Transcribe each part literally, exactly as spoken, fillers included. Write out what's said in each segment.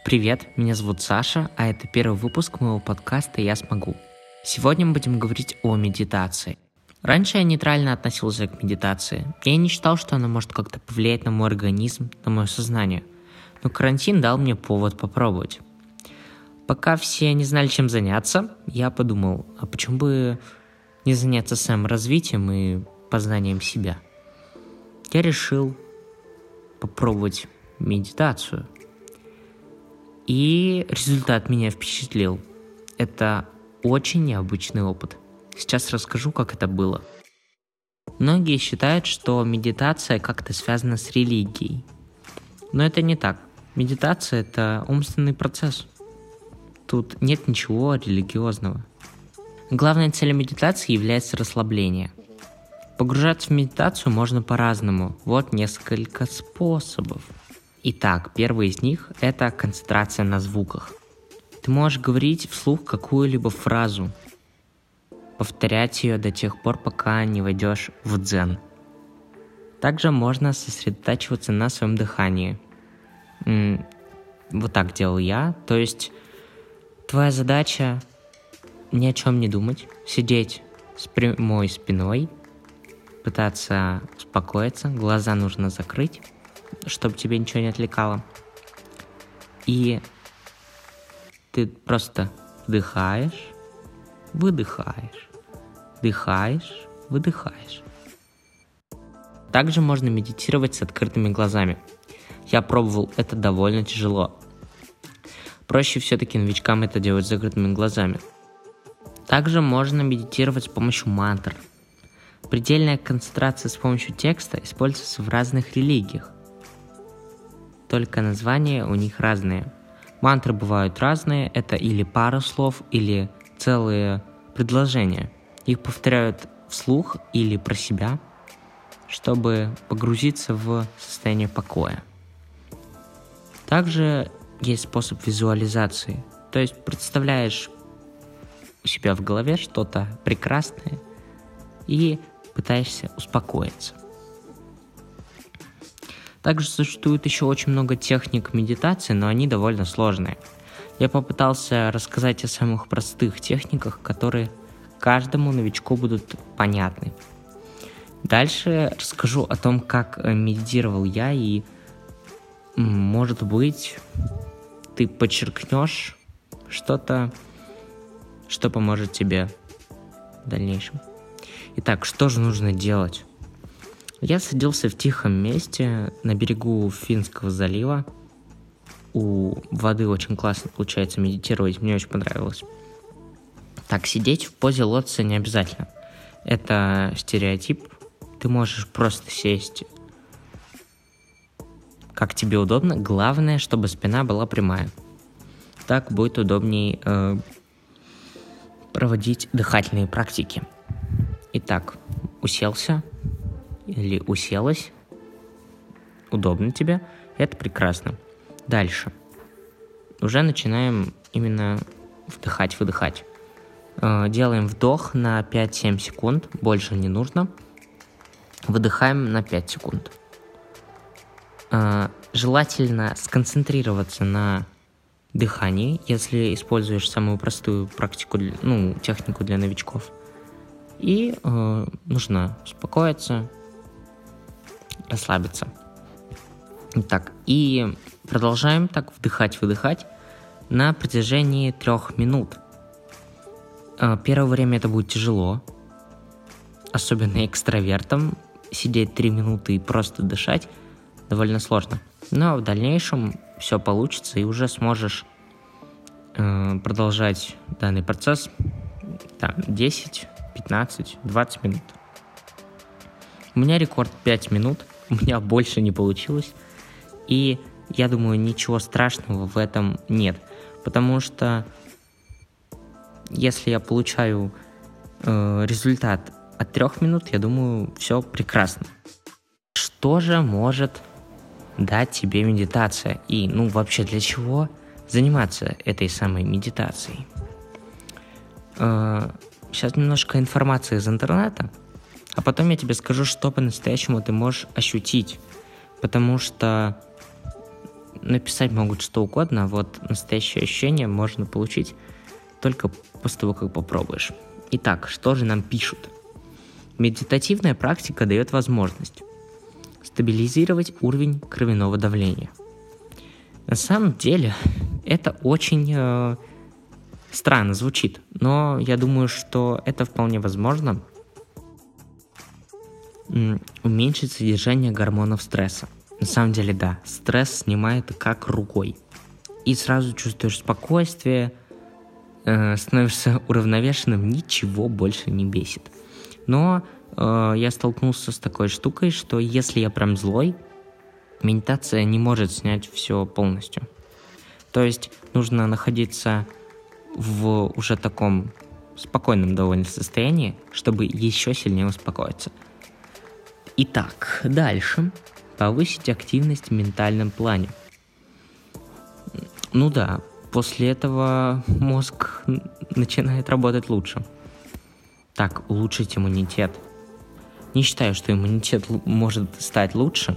Привет, меня зовут Саша, а это первый выпуск моего подкаста «Я смогу». Сегодня мы будем говорить о медитации. Раньше я нейтрально относился к медитации. Я не считал, что она может как-то повлиять на мой организм, на мое сознание. Но карантин дал мне повод попробовать. Пока все не знали, чем заняться, я подумал, а почему бы не заняться саморазвитием и познанием себя? Я решил попробовать медитацию. И результат меня впечатлил. Это очень необычный опыт. Сейчас расскажу, как это было. Многие считают, что медитация как-то связана с религией. Но это не так. Медитация – это умственный процесс. Тут нет ничего религиозного. Главной целью медитации является расслабление. Погружаться в медитацию можно по-разному. Вот несколько способов. Итак, первый из них – это концентрация на звуках. Ты можешь говорить вслух какую-либо фразу, повторять ее до тех пор, пока не войдешь в дзен. Также можно сосредотачиваться на своем дыхании. М- вот так делал я. То есть твоя задача ни о чем не думать, сидеть с прямой спиной, пытаться успокоиться, глаза нужно закрыть, чтобы тебе ничего не отвлекало. И ты просто вдыхаешь, выдыхаешь, вдыхаешь, выдыхаешь. Также можно медитировать с открытыми глазами. Я пробовал, это довольно тяжело. Проще все-таки новичкам это делать с закрытыми глазами. Также можно медитировать с помощью мантр. Предельная концентрация с помощью текста используется в разных религиях. Только названия у них разные. Мантры бывают разные, это или пара слов, или целые предложения. Их повторяют вслух или про себя, чтобы погрузиться в состояние покоя. Также есть способ визуализации. То есть представляешь у себя в голове что-то прекрасное и пытаешься успокоиться. Также существует еще очень много техник медитации, но они довольно сложные. Я попытался рассказать о самых простых техниках, которые каждому новичку будут понятны. Дальше расскажу о том, как медитировал я, и, может быть, ты подчеркнешь что-то, что поможет тебе в дальнейшем. Итак, что же нужно делать? Я садился в тихом месте на берегу Финского залива. У воды очень классно получается медитировать, мне очень понравилось. Так, сидеть в позе лотоса не обязательно. Это стереотип. Ты можешь просто сесть, как тебе удобно. Главное, чтобы спина была прямая. Так будет удобнее э, проводить дыхательные практики. Итак, уселся или уселась, удобно тебе, это прекрасно. Дальше. Уже начинаем именно вдыхать-выдыхать. Делаем вдох на пять-семь секунд, больше не нужно. Выдыхаем на пять секунд. Желательно сконцентрироваться на дыхании, если используешь самую простую практику, ну, технику для новичков. И э, нужно успокоиться, расслабиться. Итак, и продолжаем так вдыхать-выдыхать на протяжении трех минут. Первое время это будет тяжело, особенно экстравертам. Сидеть три минуты и просто дышать довольно сложно. Но в дальнейшем все получится, и уже сможешь э, продолжать данный процесс там, десять, пятнадцать, двадцать минут. У меня рекорд пять минут, у меня больше не получилось. И я думаю, ничего страшного в этом нет. Потому что если я получаю э, результат от трех минут, я думаю, все прекрасно. Что же может дать тебе медитация? И, ну, вообще, для чего заниматься этой самой медитацией? Э, сейчас немножко информации из интернета. А потом я тебе скажу, что по-настоящему ты можешь ощутить. Потому что написать могут что угодно, а вот настоящее ощущение можно получить только после того, как попробуешь. Итак, что же нам пишут? Медитативная практика дает возможность стабилизировать уровень кровяного давления. На самом деле, это очень э, странно звучит, но я думаю, что это вполне возможно. М- уменьшить содержание гормонов стресса. На самом деле, да, стресс снимает как рукой. И сразу чувствуешь спокойствие, э, становишься уравновешенным, ничего больше не бесит. Но э, я столкнулся с такой штукой, что если я прям злой, медитация не может снять все полностью. То есть нужно находиться в уже таком спокойном довольно состоянии, чтобы еще сильнее успокоиться. Итак, дальше. Повысить активность в ментальном плане. Ну да, после этого мозг начинает работать лучше. Так, улучшить иммунитет. Не считаю, что иммунитет л- может стать лучше.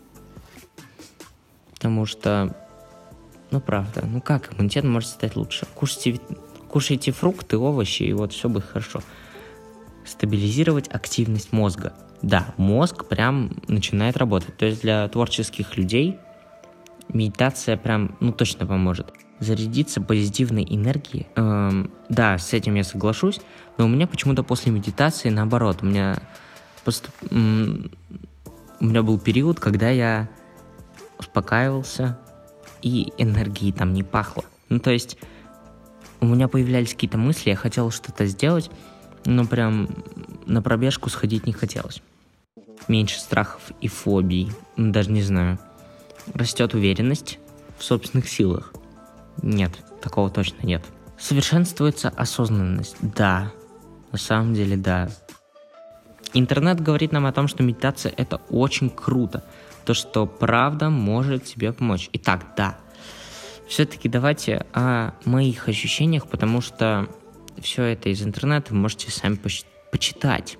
Потому что, ну правда, ну как иммунитет может стать лучше? Кушайте, кушайте фрукты, овощи, и вот все будет хорошо. Стабилизировать активность мозга. Да, мозг прям начинает работать. То есть для творческих людей медитация прям, ну точно поможет. Зарядиться позитивной энергией. Эм, да, с этим я соглашусь, но у меня почему-то после медитации наоборот. У меня, поступ... м- у меня был период, когда я успокаивался, и энергии там не пахло. Ну, то есть у меня появлялись какие-то мысли, я хотел что-то сделать, но прям на пробежку сходить не хотелось. Меньше страхов и фобий, ну, даже не знаю. Растет уверенность в собственных силах. Нет, такого точно нет. Совершенствуется осознанность. Да, на самом деле да. Интернет говорит нам о том, что медитация это очень круто. То, что правда может тебе помочь. Итак, да. Все-таки давайте о моих ощущениях, потому что все это из интернета вы можете сами поч- почитать.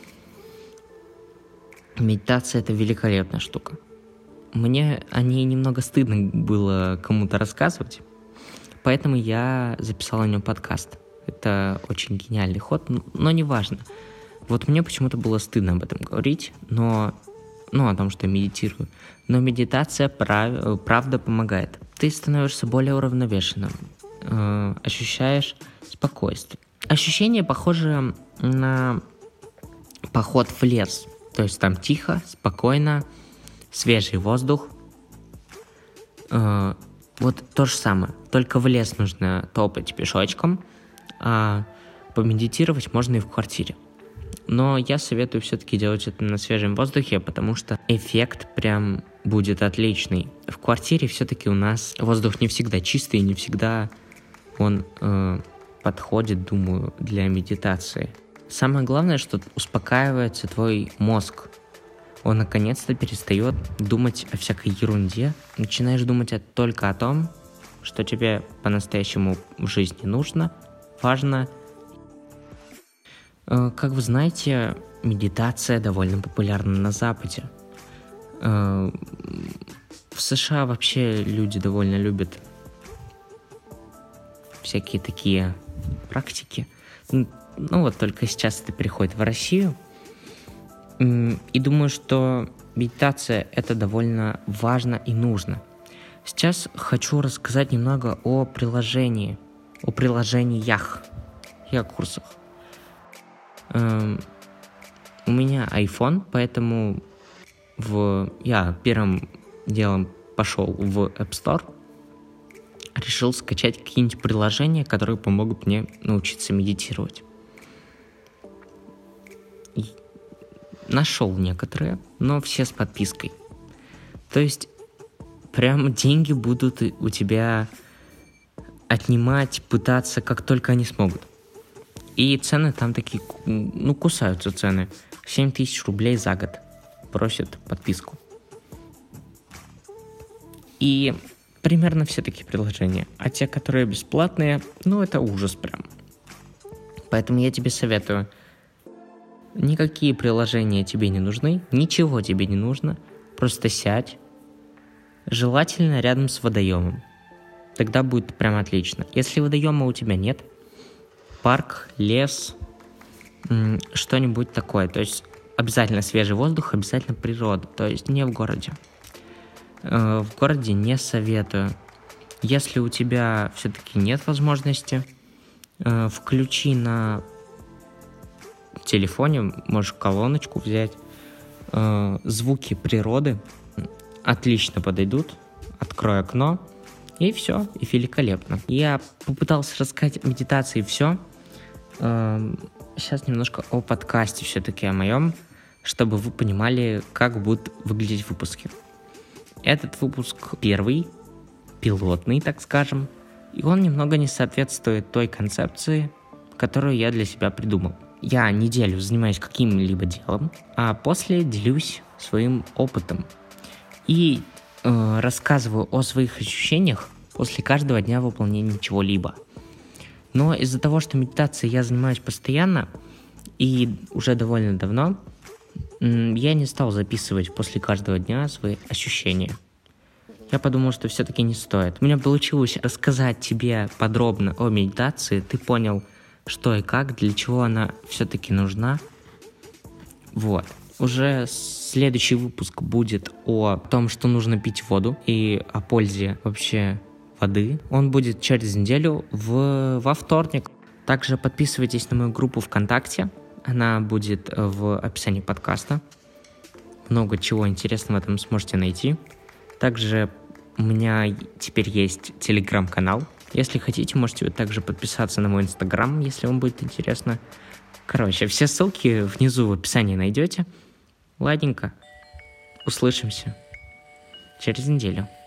Медитация это великолепная штука. Мне о ней немного стыдно было кому-то рассказывать, поэтому я записал о нем подкаст. Это очень гениальный ход, но не важно. Вот мне почему-то было стыдно об этом говорить, но, ну, о том, что я медитирую. Но медитация прав, правда помогает. Ты становишься более уравновешенным, э, ощущаешь спокойствие. Ощущение похоже на поход в лес. То есть там тихо, спокойно, свежий воздух. Э, вот то же самое. Только в лес нужно топать пешочком, а помедитировать можно и в квартире. Но я советую все-таки делать это на свежем воздухе, потому что эффект прям будет отличный. В квартире все-таки у нас воздух не всегда чистый, не всегда он э, подходит, думаю, для медитации. Самое главное, что успокаивается твой мозг. Он наконец-то перестает думать о всякой ерунде. Начинаешь думать только о том, что тебе по-настоящему в жизни нужно, важно. Как вы знаете, медитация довольно популярна на Западе. В США вообще люди довольно любят всякие такие практики. Ну вот только сейчас это переходит в Россию. И думаю, что медитация это довольно важно и нужно. Сейчас хочу рассказать немного о приложении, о приложениях и о курсах. Эм, у меня iPhone, поэтому в, я первым делом пошел в App Store, решил скачать какие-нибудь приложения, которые помогут мне научиться медитировать. И нашел некоторые, но все с подпиской. То есть прям деньги будут у тебя отнимать, пытаться, как только они смогут. И цены там такие, ну, кусаются цены. семь тысяч рублей за год просят подписку. И примерно все такие приложения. А те, которые бесплатные, ну, это ужас прям. Поэтому я тебе советую. Никакие приложения тебе не нужны, ничего тебе не нужно. Просто сядь, Желательно рядом с водоемом. Тогда будет прям отлично. Если водоема у тебя нет, парк, лес, что-нибудь такое. То есть обязательно свежий воздух, обязательно природа. То есть не в городе. В городе не советую. Если у тебя все-таки нет возможности, включи на телефоне, можешь колоночку взять. Звуки природы отлично подойдут. Открой окно, и все, и великолепно. Я попытался рассказать о медитации все. Сейчас немножко о подкасте все-таки о моем, чтобы вы понимали, как будут выглядеть выпуски. Этот выпуск первый, пилотный, так скажем, и он немного не соответствует той концепции, которую я для себя придумал. Я неделю занимаюсь каким-либо делом, а после делюсь своим опытом и э, рассказываю о своих ощущениях после каждого дня выполнения чего-либо. Но из-за того, что медитацией я занимаюсь постоянно и уже довольно давно, э, я не стал записывать после каждого дня свои ощущения. Я подумал, что все-таки не стоит. У меня получилось рассказать тебе подробно о медитации, ты понял, что и как, для чего она все-таки нужна. Вот. Уже следующий выпуск будет о том, что нужно пить воду и о пользе вообще воды. Он будет через неделю в... во вторник. Также подписывайтесь на мою группу ВКонтакте. Она будет в описании подкаста. Много чего интересного там сможете найти. Также у меня теперь есть телеграм-канал. Если хотите, можете также подписаться на мой инстаграм, если вам будет интересно. Короче, все ссылки внизу в описании найдете. Ладненько. Услышимся через неделю.